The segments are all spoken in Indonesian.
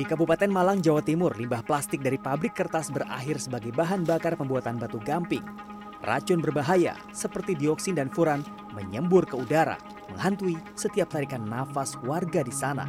Kabupaten Malang, Jawa Timur, limbah plastik dari pabrik kertas berakhir sebagai bahan bakar pembuatan batu gamping. Racun berbahaya seperti dioksin dan furan menyembur ke udara, menghantui setiap tarikan nafas warga di sana.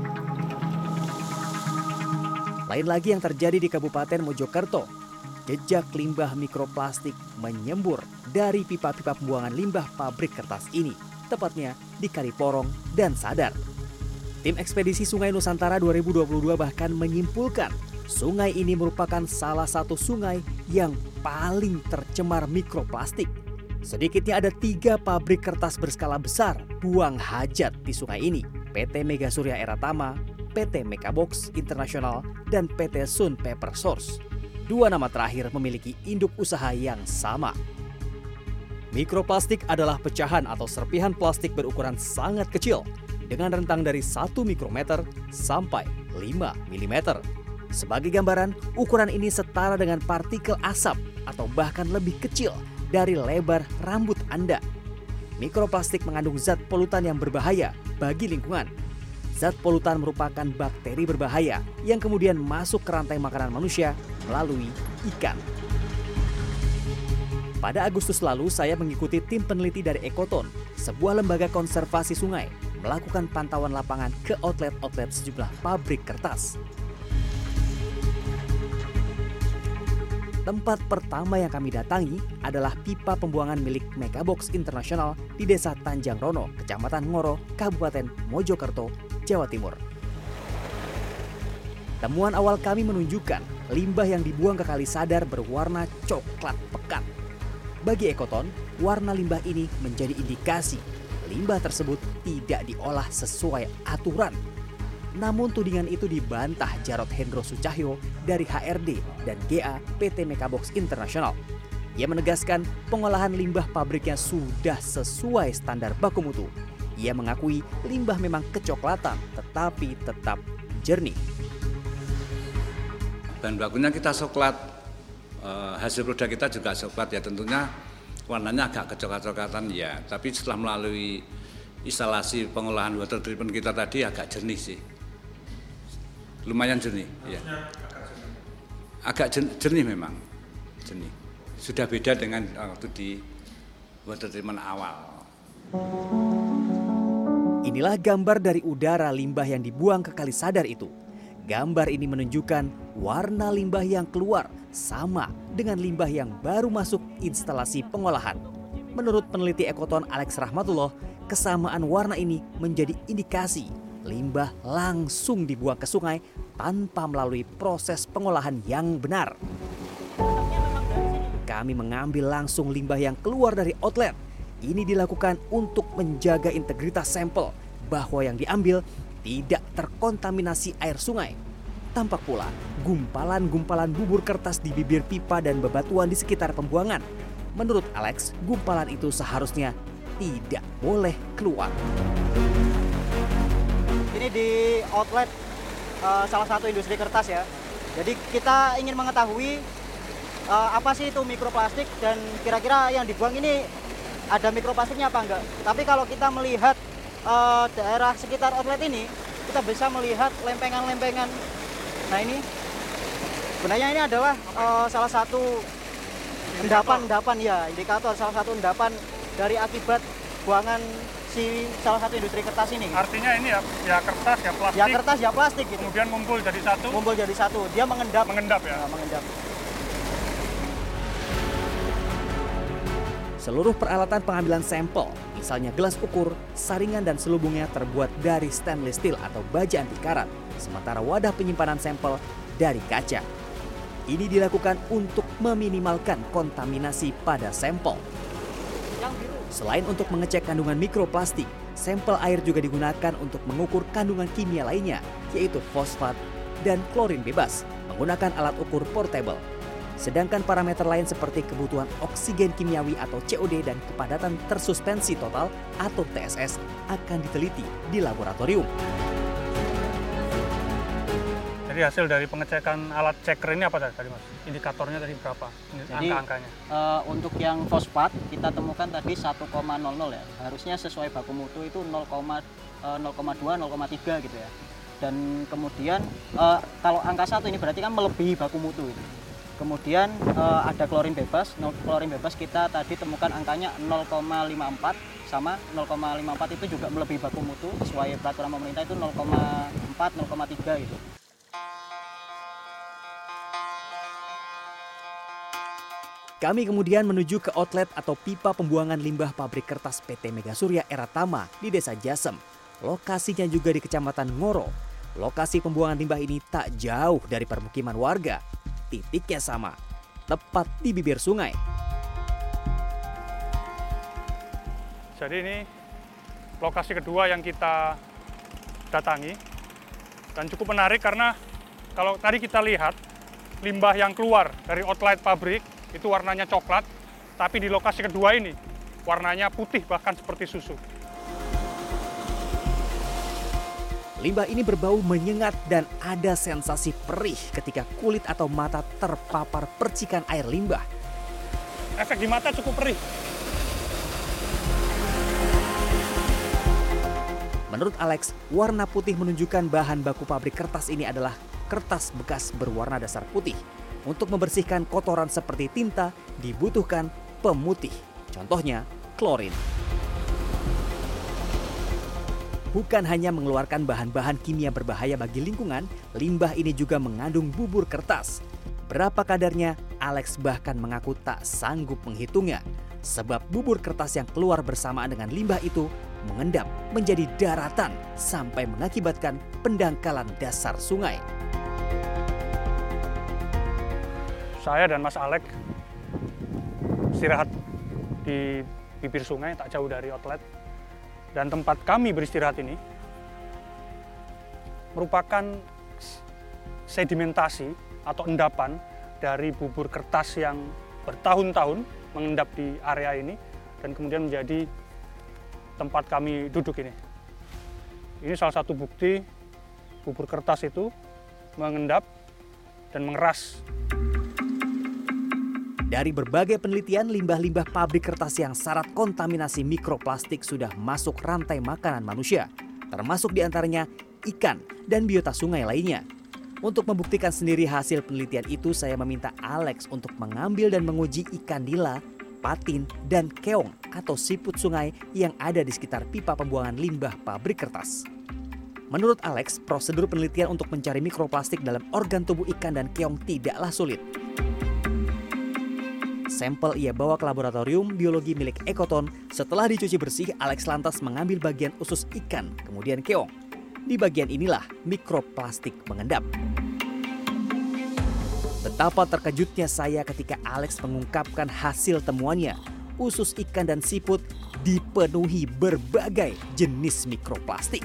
Lain lagi yang terjadi di Kabupaten Mojokerto. Jejak limbah mikroplastik menyembur dari pipa-pipa pembuangan limbah pabrik kertas ini, tepatnya di Kali Porong dan Sadar. Tim Ekspedisi Sungai Nusantara 2022 bahkan menyimpulkan sungai ini merupakan salah satu sungai yang paling tercemar mikroplastik. Sedikitnya ada 3 pabrik kertas berskala besar buang hajat di sungai ini. PT Mega Surya Eratama, PT Mekabox International, dan PT Sun Paper Source. 2 nama terakhir memiliki induk usaha yang sama. Mikroplastik adalah pecahan atau serpihan plastik berukuran sangat kecil dengan rentang dari 1 mikrometer sampai 5 mm. Sebagai gambaran, ukuran ini setara dengan partikel asap atau bahkan lebih kecil dari lebar rambut Anda. Mikroplastik mengandung zat polutan yang berbahaya bagi lingkungan. Zat polutan merupakan bakteri berbahaya yang kemudian masuk ke rantai makanan manusia melalui ikan. Pada Agustus lalu, saya mengikuti tim peneliti dari Ekoton, sebuah lembaga konservasi sungai, melakukan pantauan lapangan ke outlet-outlet sejumlah pabrik kertas. Tempat pertama yang kami datangi adalah pipa pembuangan milik Mekabox International di Desa Tanjang Rono, Kecamatan Ngoro, Kabupaten Mojokerto, Jawa Timur. Temuan awal kami menunjukkan limbah yang dibuang ke Kali Sadar berwarna coklat pekat. Bagi Ekoton, warna limbah ini menjadi indikasi limbah tersebut tidak diolah sesuai aturan. Namun tudingan itu dibantah Jarod Hendro Sucahyo dari HRD dan GA PT Mekabox International. Ia menegaskan pengolahan limbah pabriknya sudah sesuai standar baku mutu. Ia mengakui limbah memang kecoklatan tetapi tetap jernih. Bahan bakunya kita coklat, hasil produk kita juga coklat ya, tentunya warnanya agak kecoklat-coklatan ya, tapi setelah melalui instalasi pengolahan water treatment kita tadi agak jernih sih. Lumayan jernih ya. Agak jernih memang. Jernih. Sudah beda dengan waktu di water treatment awal. Inilah gambar dari udara limbah yang dibuang ke Kali Sadar itu. Gambar ini menunjukkan warna limbah yang keluar sama dengan limbah yang baru masuk instalasi pengolahan. Menurut peneliti Ekoton Alex Rahmatullah, kesamaan warna ini menjadi indikasi limbah langsung dibuang ke sungai tanpa melalui proses pengolahan yang benar. Kami mengambil langsung limbah yang keluar dari outlet. Ini dilakukan untuk menjaga integritas sampel bahwa yang diambil tidak terkontaminasi air sungai. Tampak pula gumpalan-gumpalan bubur kertas di bibir pipa dan bebatuan di sekitar pembuangan. Menurut Alex, gumpalan itu seharusnya tidak boleh keluar. Ini di outlet salah satu industri kertas ya. Jadi kita ingin mengetahui apa sih itu mikroplastik dan kira-kira yang dibuang ini ada mikroplastiknya apa enggak. Tapi kalau kita melihat daerah sekitar outlet ini, kita bisa melihat lempengan-lempengan. Nah ini sebenarnya ini adalah salah satu endapan ya, indikator salah satu endapan dari akibat buangan si salah satu industri kertas ini. Artinya ini ya kertas ya plastik. Ya kertas ya plastik gitu. Kemudian ngumpul jadi satu. Ngumpul jadi satu. Dia mengendap. Mengendap ya. Nah, mengendap. Seluruh peralatan pengambilan sampel, misalnya gelas ukur, saringan dan selubungnya terbuat dari stainless steel atau baja anti karat, sementara wadah penyimpanan sampel dari kaca. Ini dilakukan untuk meminimalkan kontaminasi pada sampel. Selain untuk mengecek kandungan mikroplastik, sampel air juga digunakan untuk mengukur kandungan kimia lainnya, yaitu fosfat dan klorin bebas, menggunakan alat ukur portable. Sedangkan parameter lain seperti kebutuhan oksigen kimiawi atau COD dan kepadatan tersuspensi total atau TSS akan diteliti di laboratorium. Jadi hasil dari pengecekan alat checker ini apa tadi Mas? Indikatornya tadi berapa? Angka-angkanya? Untuk yang fosfat kita temukan tadi 1,00 ya. Harusnya sesuai baku mutu itu 0,2, 0,3 gitu ya. dan kemudian kalau angka 1 ini berarti kan melebihi baku mutu itu. Kemudian ada klorin bebas. Klorin bebas kita tadi temukan angkanya 0,54 sama 0,54 itu juga melebihi baku mutu sesuai peraturan pemerintah itu 0,4 0,3 gitu. Kami kemudian menuju ke outlet atau pipa pembuangan limbah pabrik kertas PT Mega Surya Eratama di Desa Jasem. Lokasinya juga di Kecamatan Ngoro. Lokasi pembuangan limbah ini tak jauh dari permukiman warga. Titiknya sama, tepat di bibir sungai. Jadi ini lokasi kedua yang kita datangi dan cukup menarik karena kalau tadi kita lihat limbah yang keluar dari outlet pabrik itu warnanya coklat, tapi di lokasi kedua ini warnanya putih bahkan seperti susu. Limbah ini berbau menyengat dan ada sensasi perih ketika kulit atau mata terpapar percikan air limbah. Efek di mata cukup perih. Menurut Alex, warna putih menunjukkan bahan baku pabrik kertas ini adalah kertas bekas berwarna dasar putih. Untuk membersihkan kotoran seperti tinta dibutuhkan pemutih, contohnya klorin. Bukan hanya mengeluarkan bahan-bahan kimia berbahaya bagi lingkungan, limbah ini juga mengandung bubur kertas. Berapa kadarnya, Alex bahkan mengaku tak sanggup menghitungnya. Sebab bubur kertas yang keluar bersamaan dengan limbah itu mengendap menjadi daratan sampai mengakibatkan pendangkalan dasar sungai. Saya dan Mas Alex istirahat di bibir sungai tak jauh dari outlet. Dan tempat kami beristirahat ini merupakan sedimentasi atau endapan dari bubur kertas yang bertahun-tahun mengendap di area ini dan kemudian menjadi tempat kami duduk ini. Ini salah satu bukti bubur kertas itu mengendap dan mengeras. Dari berbagai penelitian, limbah-limbah pabrik kertas yang syarat kontaminasi mikroplastik sudah masuk rantai makanan manusia, termasuk diantaranya ikan dan biota sungai lainnya. Untuk membuktikan sendiri hasil penelitian itu, saya meminta Alex untuk mengambil dan menguji ikan nila, patin, dan keong atau siput sungai yang ada di sekitar pipa pembuangan limbah pabrik kertas. Menurut Alex, prosedur penelitian untuk mencari mikroplastik dalam organ tubuh ikan dan keong tidaklah sulit. Sampel ia bawa ke laboratorium biologi milik Ekoton. Setelah dicuci bersih, Alex lantas mengambil bagian usus ikan, kemudian keong. Di bagian inilah mikroplastik mengendap. Betapa terkejutnya saya ketika Alex mengungkapkan hasil temuannya. Usus ikan dan siput dipenuhi berbagai jenis mikroplastik.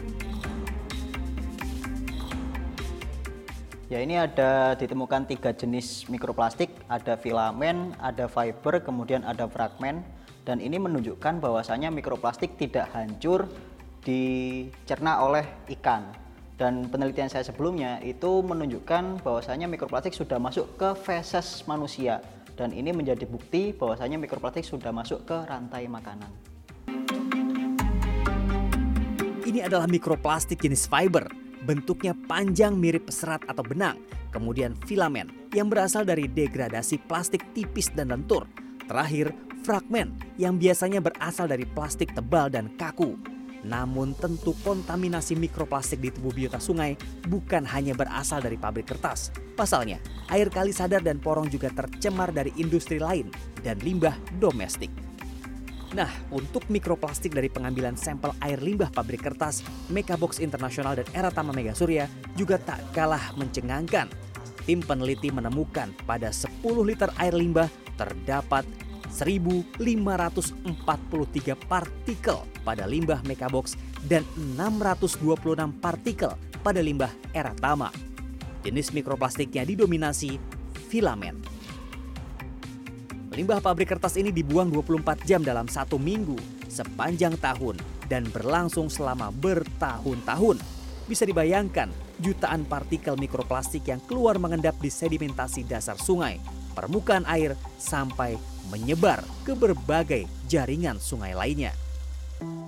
Ya, ini ada ditemukan 3 jenis mikroplastik, ada filamen, ada fiber, kemudian ada fragmen. Dan ini menunjukkan bahwasanya mikroplastik tidak hancur dicerna oleh ikan. Dan penelitian saya sebelumnya itu menunjukkan bahwasanya mikroplastik sudah masuk ke feses manusia. Dan ini menjadi bukti bahwasanya mikroplastik sudah masuk ke rantai makanan. Ini adalah mikroplastik jenis fiber. Bentuknya panjang mirip serat atau benang, kemudian filamen yang berasal dari degradasi plastik tipis dan lentur. Terakhir, fragmen yang biasanya berasal dari plastik tebal dan kaku. Namun tentu kontaminasi mikroplastik di tubuh biota sungai bukan hanya berasal dari pabrik kertas. Pasalnya, air kali Sadar dan Porong juga tercemar dari industri lain dan limbah domestik. Nah, untuk mikroplastik dari pengambilan sampel air limbah pabrik kertas, Mekabox Internasional dan Eratama Mega Surya juga tak kalah mencengangkan. Tim peneliti menemukan pada 10 liter air limbah terdapat 1.543 partikel pada limbah Mekabox dan 626 partikel pada limbah Eratama. Jenis mikroplastiknya didominasi filamen. Limbah pabrik kertas ini dibuang 24 jam dalam 1 minggu sepanjang tahun dan berlangsung selama bertahun-tahun. Bisa dibayangkan jutaan partikel mikroplastik yang keluar mengendap di sedimentasi dasar sungai, permukaan air, sampai menyebar ke berbagai jaringan sungai lainnya.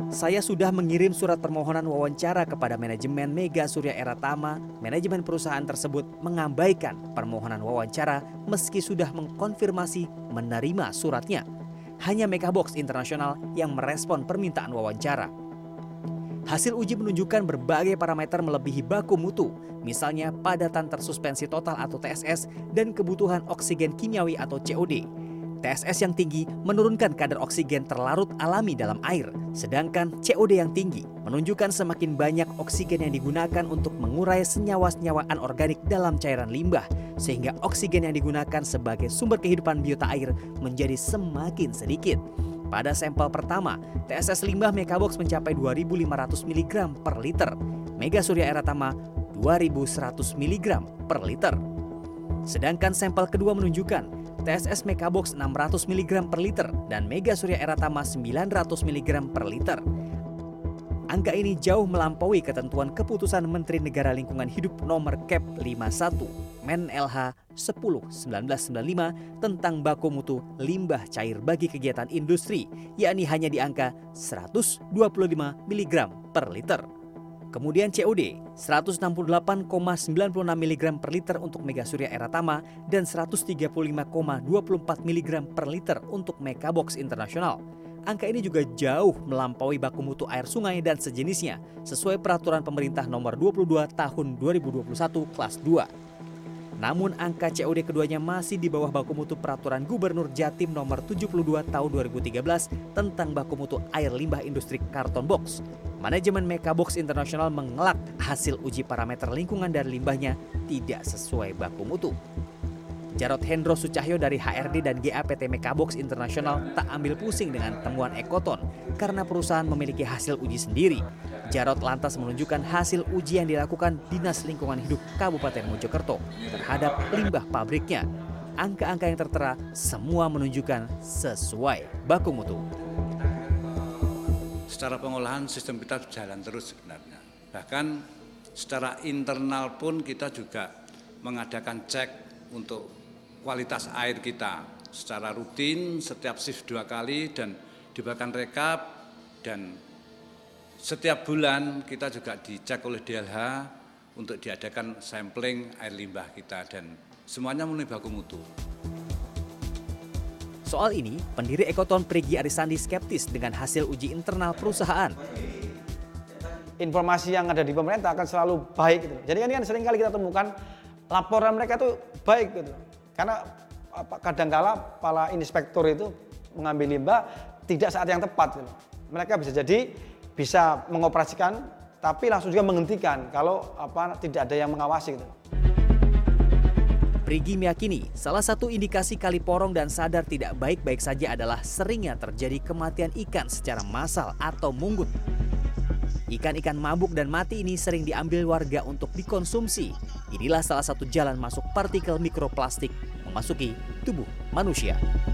Saya sudah mengirim surat permohonan wawancara kepada manajemen Mega Surya Eratama. Manajemen perusahaan tersebut mengabaikan permohonan wawancara meski sudah mengkonfirmasi menerima suratnya. Hanya Mekabox Internasional yang merespon permintaan wawancara. Hasil uji menunjukkan berbagai parameter melebihi baku mutu, misalnya padatan tersuspensi total atau TSS dan kebutuhan oksigen kimiawi atau COD. TSS yang tinggi menurunkan kadar oksigen terlarut alami dalam air, sedangkan COD yang tinggi menunjukkan semakin banyak oksigen yang digunakan untuk mengurai senyawa-senyawa anorganik dalam cairan limbah, sehingga oksigen yang digunakan sebagai sumber kehidupan biota air menjadi semakin sedikit. Pada sampel pertama, TSS limbah Mekabox mencapai 2.500 mg per liter, Mega Surya Eratama 2.100 mg per liter. Sedangkan sampel kedua menunjukkan TSS Mekabox 600 mg per liter dan Mega Surya Eratama 900 mg per liter. Angka ini jauh melampaui ketentuan Keputusan Menteri Negara Lingkungan Hidup Nomor Kep 51 Men LH 10/1995 tentang baku mutu limbah cair bagi kegiatan industri, yakni hanya di angka 125 mg per liter. Kemudian COD 168,96 mg per liter untuk Mega Surya Eratama dan 135,24 mg per liter untuk Mekabox Internasional. Angka ini juga jauh melampaui baku mutu air sungai dan sejenisnya sesuai peraturan pemerintah nomor 22 tahun 2021 kelas 2. Namun angka COD keduanya masih di bawah baku mutu peraturan Gubernur Jatim nomor 72 tahun 2013 tentang baku mutu air limbah industri karton box. Manajemen Mekabox Internasional mengelak hasil uji parameter lingkungan dari limbahnya tidak sesuai baku mutu. Jarod Hendro Sucahyo dari HRD dan GAPT Mekabox Internasional tak ambil pusing dengan temuan Ekoton karena perusahaan memiliki hasil uji sendiri. Jarod lantas menunjukkan hasil uji yang dilakukan Dinas Lingkungan Hidup Kabupaten Mojokerto terhadap limbah pabriknya. Angka-angka yang tertera semua menunjukkan sesuai baku mutu. Secara pengolahan sistem kita jalan terus sebenarnya. Bahkan secara internal pun kita juga mengadakan cek untuk kualitas air kita secara rutin setiap shift 2 kali dan dibuatkan rekap, dan setiap bulan kita juga dicek oleh DLH untuk diadakan sampling air limbah kita dan semuanya memenuhi baku mutu. Soal ini, pendiri Ekoton Prigi Arisandi skeptis dengan hasil uji internal perusahaan. Informasi yang ada di pemerintah akan selalu baik gitu. Jadi kan seringkali kita temukan laporan mereka itu baik gitu. Karena kadangkala para inspektur itu mengambil limbah tidak saat yang tepat gitu. Mereka bisa mengoperasikan tapi langsung juga menghentikan kalau tidak ada yang mengawasi gitu. Prigi meyakini salah satu indikasi Kali Porong dan Sadar tidak baik-baik saja adalah seringnya terjadi kematian ikan secara massal atau munggut. Ikan-ikan mabuk dan mati ini sering diambil warga untuk dikonsumsi. Inilah salah satu jalan masuk partikel mikroplastik memasuki tubuh manusia.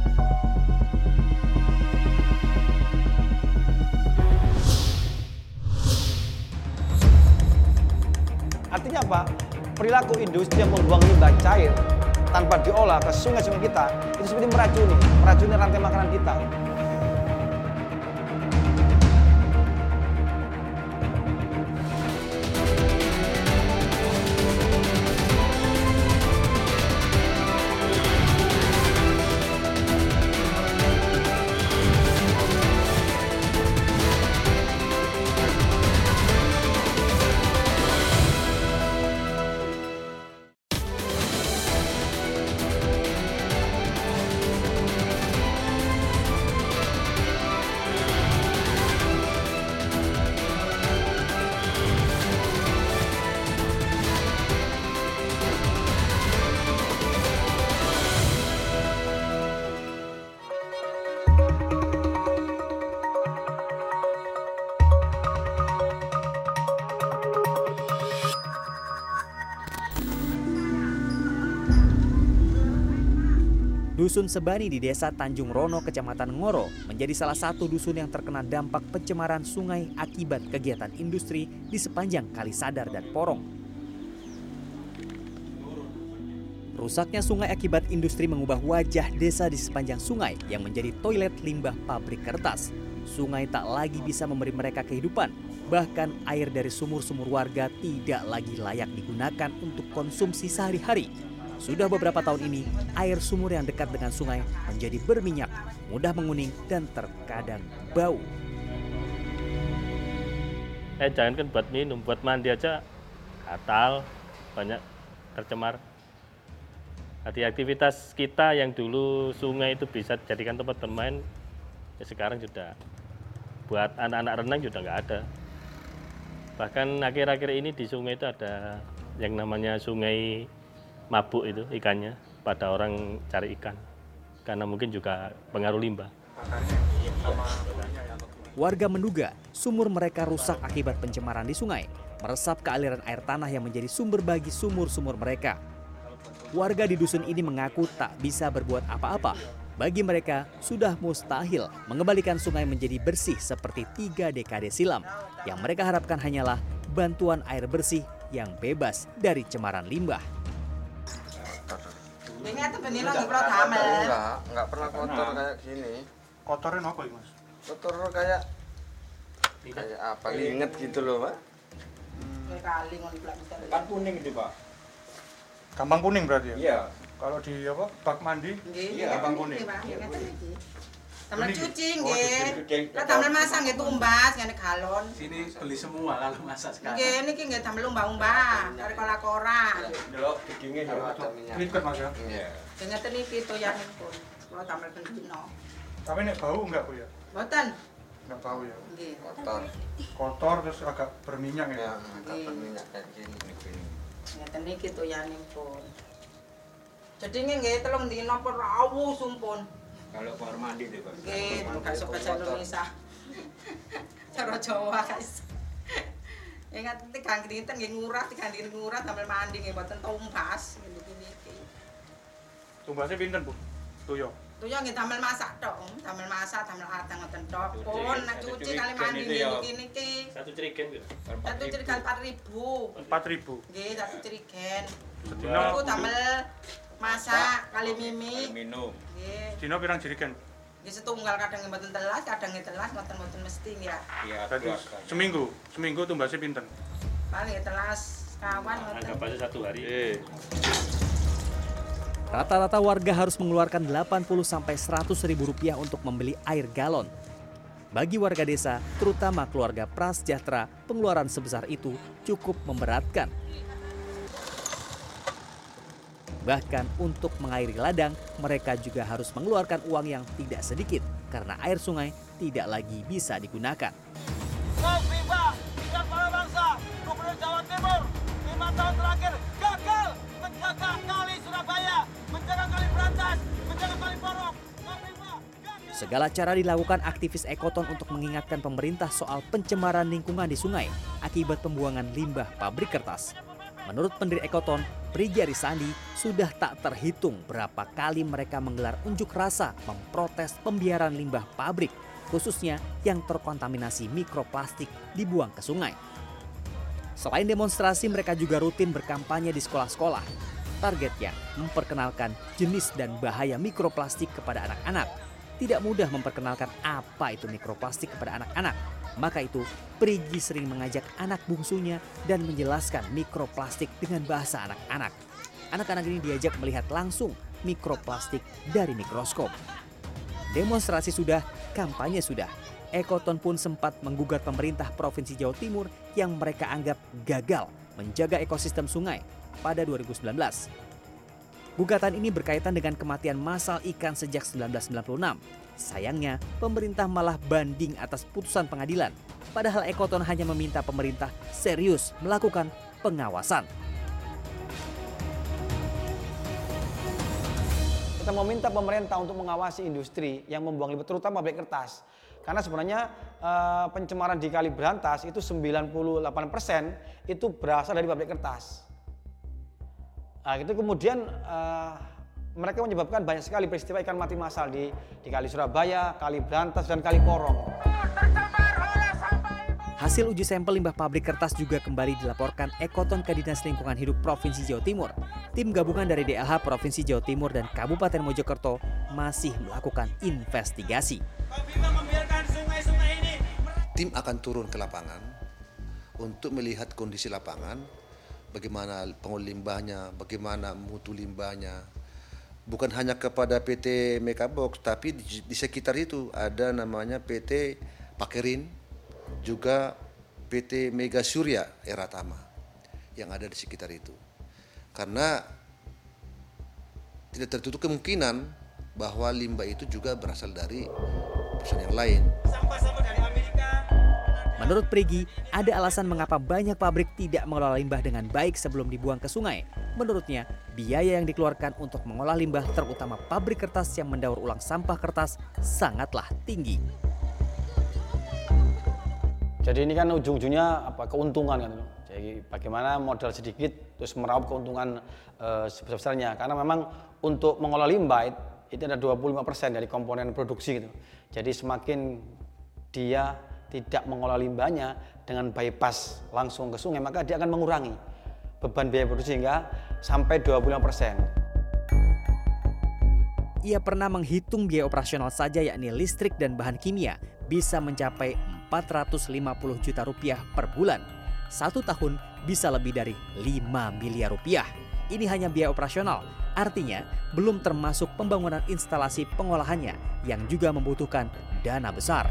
Artinya apa? Perilaku industri yang membuang limbah cair tanpa diolah ke sungai-sungai kita itu seperti meracuni rantai makanan kita. Dusun Sebani di Desa Tanjung Rono, Kecamatan Ngoro, menjadi salah satu dusun yang terkena dampak pencemaran sungai akibat kegiatan industri di sepanjang Kali Sadar dan Porong. Rusaknya sungai akibat industri mengubah wajah desa di sepanjang sungai yang menjadi toilet limbah pabrik kertas. sungai tak lagi bisa memberi mereka kehidupan. Bahkan air dari sumur-sumur warga tidak lagi layak digunakan untuk konsumsi sehari-hari. Sudah beberapa tahun ini, air sumur yang dekat dengan sungai menjadi berminyak, mudah menguning, dan terkadang bau. Jangankan buat minum, buat mandi aja gatal, banyak tercemar. Aktivitas kita yang dulu sungai itu bisa dijadikan tempat bermain, ya sekarang sudah buat anak-anak renang sudah nggak ada. Bahkan akhir-akhir ini di sungai itu ada yang namanya sungai mabuk itu ikannya pada orang cari ikan karena mungkin juga pengaruh limbah. Warga menduga sumur mereka rusak akibat pencemaran di sungai, meresap ke aliran air tanah yang menjadi sumber bagi sumur-sumur mereka. Warga di dusun ini mengaku tak bisa berbuat apa-apa. Bagi mereka sudah mustahil mengembalikan sungai menjadi bersih seperti 3 dekade silam. Yang mereka harapkan hanyalah bantuan air bersih yang bebas dari cemaran limbah. Enggak pernah kotor kayak gini. Kotorin apa Mas? Kotor kayak apa? Inget gitu loh, Pak. Kan kuning itu, Pak. Gampang kuning berarti ya? Iya. Kalau di apa? Bak mandi? Iya, gampang kuning. Tambah cuci nggih. Lah tambah masak nggih tumbas ngene galon. Sini beli semua kalau masak sekarang. Nggih niki nggih tambah umbah-umbah dari kola-kola. Delok dagingnya ada minyak. Ribet Mas ya? Iya. Ngeten niki toyanipun. Kalau tambah bendino. Tapi nek bau enggak Bu ya? Mboten. Enggak bau ya? Nggih. Kotor. Kotor terus agak berminyak ya? Ya, agak berminyak kayak gini. Ngeten niki toyanipun. Jadi nggih 3 dina per rawuh sumpun. Kalau kamar mandi deh, Pak. Nggih, bahasa Indonesia. Cara Jawa guys. Ingat 3 dinten nggih ngurah, 3 dinten ngurah tambal mandi nggih boten tumbas ngene iki. Tumbasnya pinten Bu? Tuyo. Tuyo nggih tambal masak tok, tambal masak, tambal adang ngoten tok. Pun nek cuci kali mandi niki. Satu cerigen gitu. Satu cerigen 4.000. 4.000. Nggih, satu cerigen. Sedina Iku tambal masak kali mimi. Minum. Nggih. dina pirang jerigen? Nggih setunggal kadang mboten telas, kadang telas mboten mesti ya. Iya, Berarti seminggu tumbasnya pinten? Paling telas kawan ngoten. Anggap aja 1 hari. Rata-rata warga harus mengeluarkan 80-100 ribu rupiah untuk membeli air galon. Bagi warga desa, terutama keluarga prasejahtera, pengeluaran sebesar itu cukup memberatkan. Bahkan untuk mengairi ladang, mereka juga harus mengeluarkan uang yang tidak sedikit karena air sungai tidak lagi bisa digunakan. Kofifa, Ingat Para Bangsa, Gubernur Jawa Timur, 5 tahun terakhir gagal menjaga kali Surabaya, menjaga kali Brantas, menjaga kali Porong. Segala cara dilakukan aktivis Ekoton untuk mengingatkan pemerintah soal pencemaran lingkungan di sungai akibat pembuangan limbah pabrik kertas. Menurut pendiri Ekoton, Prigi Arisandi, sudah tak terhitung berapa kali mereka menggelar unjuk rasa memprotes pembiaran limbah pabrik, khususnya yang terkontaminasi mikroplastik dibuang ke sungai. Selain demonstrasi, mereka juga rutin berkampanye di sekolah-sekolah. Targetnya memperkenalkan jenis dan bahaya mikroplastik kepada anak-anak. Tidak mudah memperkenalkan apa itu mikroplastik kepada anak-anak. Maka itu, Prigi sering mengajak anak bungsunya dan menjelaskan mikroplastik dengan bahasa anak-anak. Anak-anak ini diajak melihat langsung mikroplastik dari mikroskop. Demonstrasi sudah, kampanye sudah. Ekoton pun sempat menggugat pemerintah Provinsi Jawa Timur yang mereka anggap gagal menjaga ekosistem sungai pada 2019. Gugatan ini berkaitan dengan kematian massal ikan sejak 1996. Sayangnya, pemerintah malah banding atas putusan pengadilan. Padahal Ekoton hanya meminta pemerintah serius melakukan pengawasan. Kita meminta pemerintah untuk mengawasi industri yang membuang limbah, terutama pabrik kertas. Karena sebenarnya pencemaran di Kali Brantas itu 98% itu berasal dari pabrik kertas. Nah, itu kemudian mereka menyebabkan banyak sekali peristiwa ikan mati massal di Kali Surabaya, Kali Brantas, dan Kali Porong. Hasil uji sampel limbah pabrik kertas juga kembali dilaporkan Ekoton ke Dinas Lingkungan Hidup Provinsi Jawa Timur. Tim gabungan dari DLH Provinsi Jawa Timur dan Kabupaten Mojokerto masih melakukan investigasi. Kofifa membiarkan sungai-sungai tim akan turun ke lapangan untuk melihat kondisi lapangan, bagaimana pengelola limbahnya, bagaimana mutu limbahnya. Bukan hanya kepada PT Mekabox, tapi di sekitar itu ada namanya PT Pakerin, juga PT Mega Surya Eratama yang ada di sekitar itu. Karena tidak tertutup kemungkinan bahwa limbah itu juga berasal dari perusahaan yang lain. Menurut Prigi, ada alasan mengapa banyak pabrik tidak mengelola limbah dengan baik sebelum dibuang ke sungai. Menurutnya, biaya yang dikeluarkan untuk mengolah limbah, terutama pabrik kertas yang mendaur ulang sampah kertas, sangatlah tinggi. Jadi ini kan ujung-ujungnya keuntungan kan. Jadi bagaimana modal sedikit terus meraup keuntungan sebesar-besarnya. Karena memang untuk mengolah limbah itu ada 25% dari komponen produksi gitu. Jadi semakin dia tidak mengolah limbahnya dengan bypass langsung ke sungai, maka dia akan mengurangi beban biaya produksi hingga sampai 25%. Ia pernah menghitung biaya operasional saja, yakni listrik dan bahan kimia, bisa mencapai 450 juta rupiah per bulan. 1 tahun bisa lebih dari 5 miliar rupiah. Ini hanya biaya operasional, artinya belum termasuk pembangunan instalasi pengolahannya yang juga membutuhkan dana besar.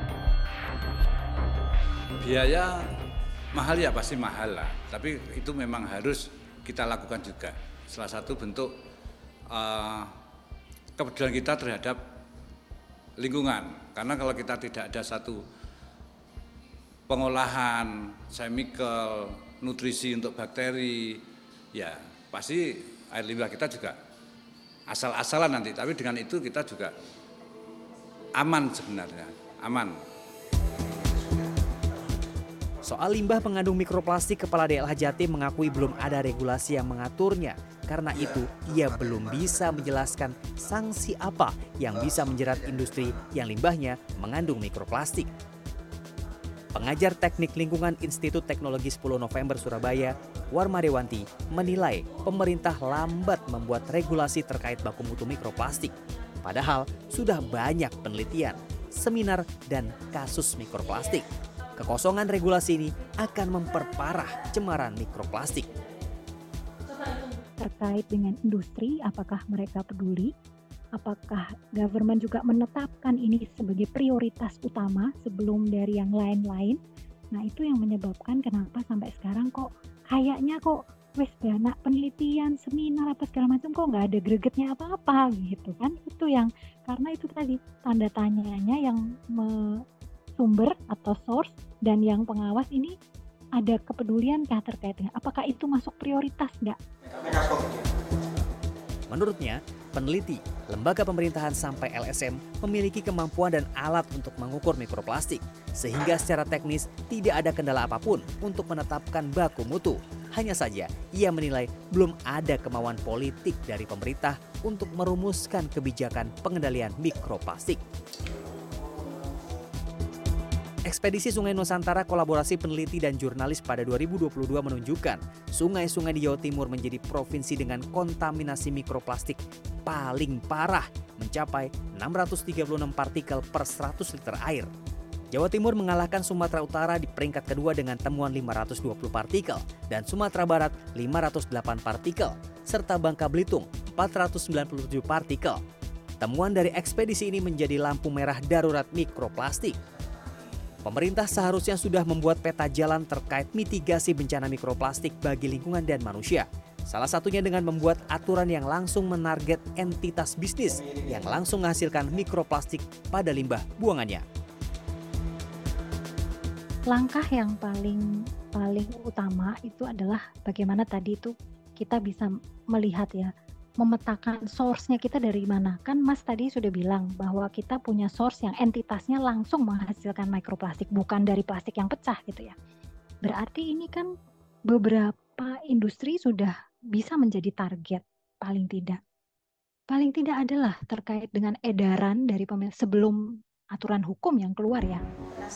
Biaya mahal ya pasti mahal lah, tapi itu memang harus kita lakukan juga. Salah satu bentuk kepedulian kita terhadap lingkungan. Karena kalau kita tidak ada satu pengolahan, chemical, nutrisi untuk bakteri, ya pasti air limbah kita juga asal-asalan nanti. Tapi dengan itu kita juga aman sebenarnya, aman. Soal limbah mengandung mikroplastik, Kepala DLH Jatim mengakui belum ada regulasi yang mengaturnya. Karena itu, ia belum bisa menjelaskan sanksi apa yang bisa menjerat industri yang limbahnya mengandung mikroplastik. Pengajar Teknik Lingkungan Institut Teknologi 10 November Surabaya, Warma Dewanti, menilai pemerintah lambat membuat regulasi terkait baku mutu mikroplastik. Padahal sudah banyak penelitian, seminar, dan kasus mikroplastik. Kekosongan regulasi ini akan memperparah cemaran mikroplastik. Terkait dengan industri, apakah mereka peduli? Apakah government juga menetapkan ini sebagai prioritas utama sebelum dari yang lain-lain? Nah, itu yang menyebabkan kenapa sampai sekarang kok kayaknya kok wes banyak penelitian, seminar apa segala macam kok nggak ada gregetnya apa-apa gitu kan? Itu yang karena itu tadi tanda tanyanya yang sumber atau source dan yang pengawas ini ada kepedulian kah terkait dengan apakah itu masuk prioritas nggak? Menurutnya, peneliti, lembaga pemerintahan sampai LSM memiliki kemampuan dan alat untuk mengukur mikroplastik, sehingga secara teknis tidak ada kendala apapun untuk menetapkan baku mutu. Hanya saja, ia menilai belum ada kemauan politik dari pemerintah untuk merumuskan kebijakan pengendalian mikroplastik. Ekspedisi Sungai Nusantara kolaborasi peneliti dan jurnalis pada 2022 menunjukkan sungai-sungai di Jawa Timur menjadi provinsi dengan kontaminasi mikroplastik paling parah, mencapai 636 partikel per 100 liter air. Jawa Timur mengalahkan Sumatera Utara di peringkat kedua dengan temuan 520 partikel dan Sumatera Barat 508 partikel, serta Bangka Belitung 497 partikel. Temuan dari ekspedisi ini menjadi lampu merah darurat mikroplastik. Pemerintah seharusnya sudah membuat peta jalan terkait mitigasi bencana mikroplastik bagi lingkungan dan manusia. Salah satunya dengan membuat aturan yang langsung menarget entitas bisnis yang langsung menghasilkan mikroplastik pada limbah buangannya. Langkah yang paling utama itu adalah bagaimana tadi itu kita bisa melihat ya, memetakan source-nya kita dari mana. Kan Mas tadi sudah bilang bahwa kita punya source yang entitasnya langsung menghasilkan mikroplastik, bukan dari plastik yang pecah gitu ya. Berarti ini kan beberapa industri sudah bisa menjadi target paling tidak. Paling tidak adalah terkait dengan edaran dari pemerintah sebelum aturan hukum yang keluar ya.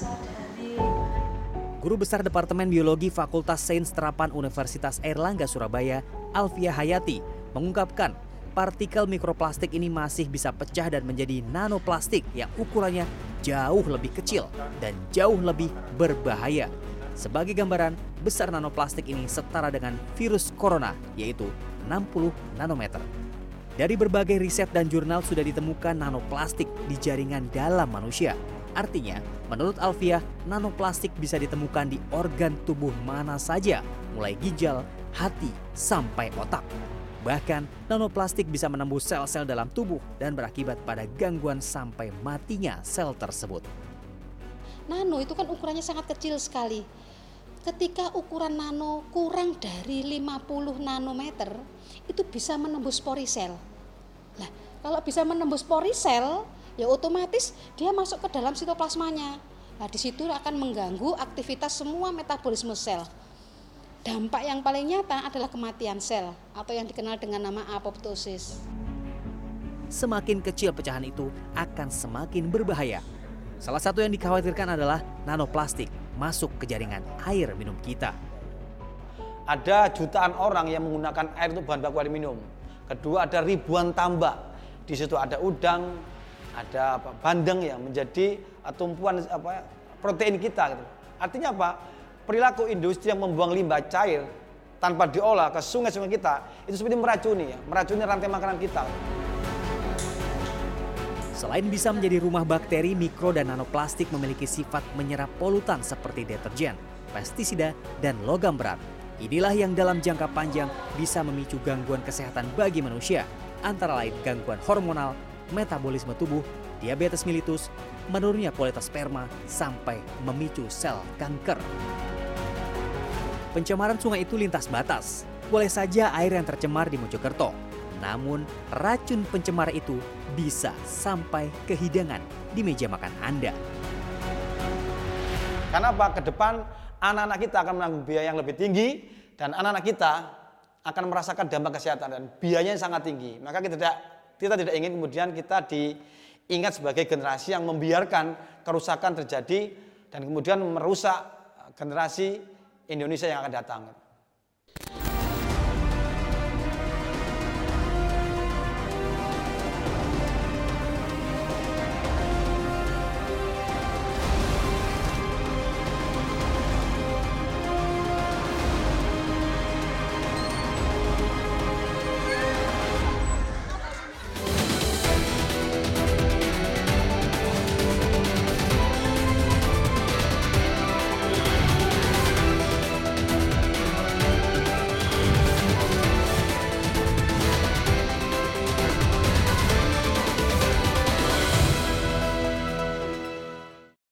Guru Besar Departemen Biologi Fakultas Sains Terapan Universitas Airlangga Surabaya, Alfia Hayati, mengungkapkan partikel mikroplastik ini masih bisa pecah dan menjadi nanoplastik yang ukurannya jauh lebih kecil dan jauh lebih berbahaya. Sebagai gambaran, besar nanoplastik ini setara dengan virus corona, yaitu 60 nanometer. Dari berbagai riset dan jurnal sudah ditemukan nanoplastik di jaringan dalam manusia. Artinya, menurut Alfiah, nanoplastik bisa ditemukan di organ tubuh mana saja, mulai ginjal, hati, sampai otak. Bahkan, nanoplastik bisa menembus sel-sel dalam tubuh dan berakibat pada gangguan sampai matinya sel tersebut. Nano itu kan ukurannya sangat kecil sekali. Ketika ukuran nano kurang dari 50 nanometer, itu bisa menembus porisel. Nah, kalau bisa menembus porisel, ya otomatis dia masuk ke dalam sitoplasmanya. Nah, di situ akan mengganggu aktivitas semua metabolisme sel. Dampak yang paling nyata adalah kematian sel atau yang dikenal dengan nama apoptosis. Semakin kecil pecahan itu akan semakin berbahaya. Salah satu yang dikhawatirkan adalah nanoplastik masuk ke jaringan air minum kita. Ada jutaan orang yang menggunakan air untuk bahan baku air minum. Kedua, ada ribuan tambak. Di situ ada udang, ada bandeng yang menjadi tumpuan protein kita. Gitu. Artinya apa? Perilaku industri yang membuang limbah cair tanpa diolah ke sungai-sungai kita itu seperti meracuni rantai makanan kita. Selain bisa menjadi rumah bakteri, mikro dan nanoplastik memiliki sifat menyerap polutan seperti deterjen, pestisida, dan logam berat. Inilah yang dalam jangka panjang bisa memicu gangguan kesehatan bagi manusia, antara lain gangguan hormonal, metabolisme tubuh, diabetes mellitus, menurunnya kualitas sperma, sampai memicu sel kanker. Pencemaran sungai itu lintas batas. Boleh saja air yang tercemar di Mojokerto, namun racun pencemar itu bisa sampai ke hidangan di meja makan Anda. Karena apa? Ke depan anak-anak kita akan menanggung biaya yang lebih tinggi dan anak-anak kita akan merasakan dampak kesehatan dan biayanya sangat tinggi. Maka kita tidak ingin kemudian kita diingat sebagai generasi yang membiarkan kerusakan terjadi dan kemudian merusak generasi Indonesia yang akan datang.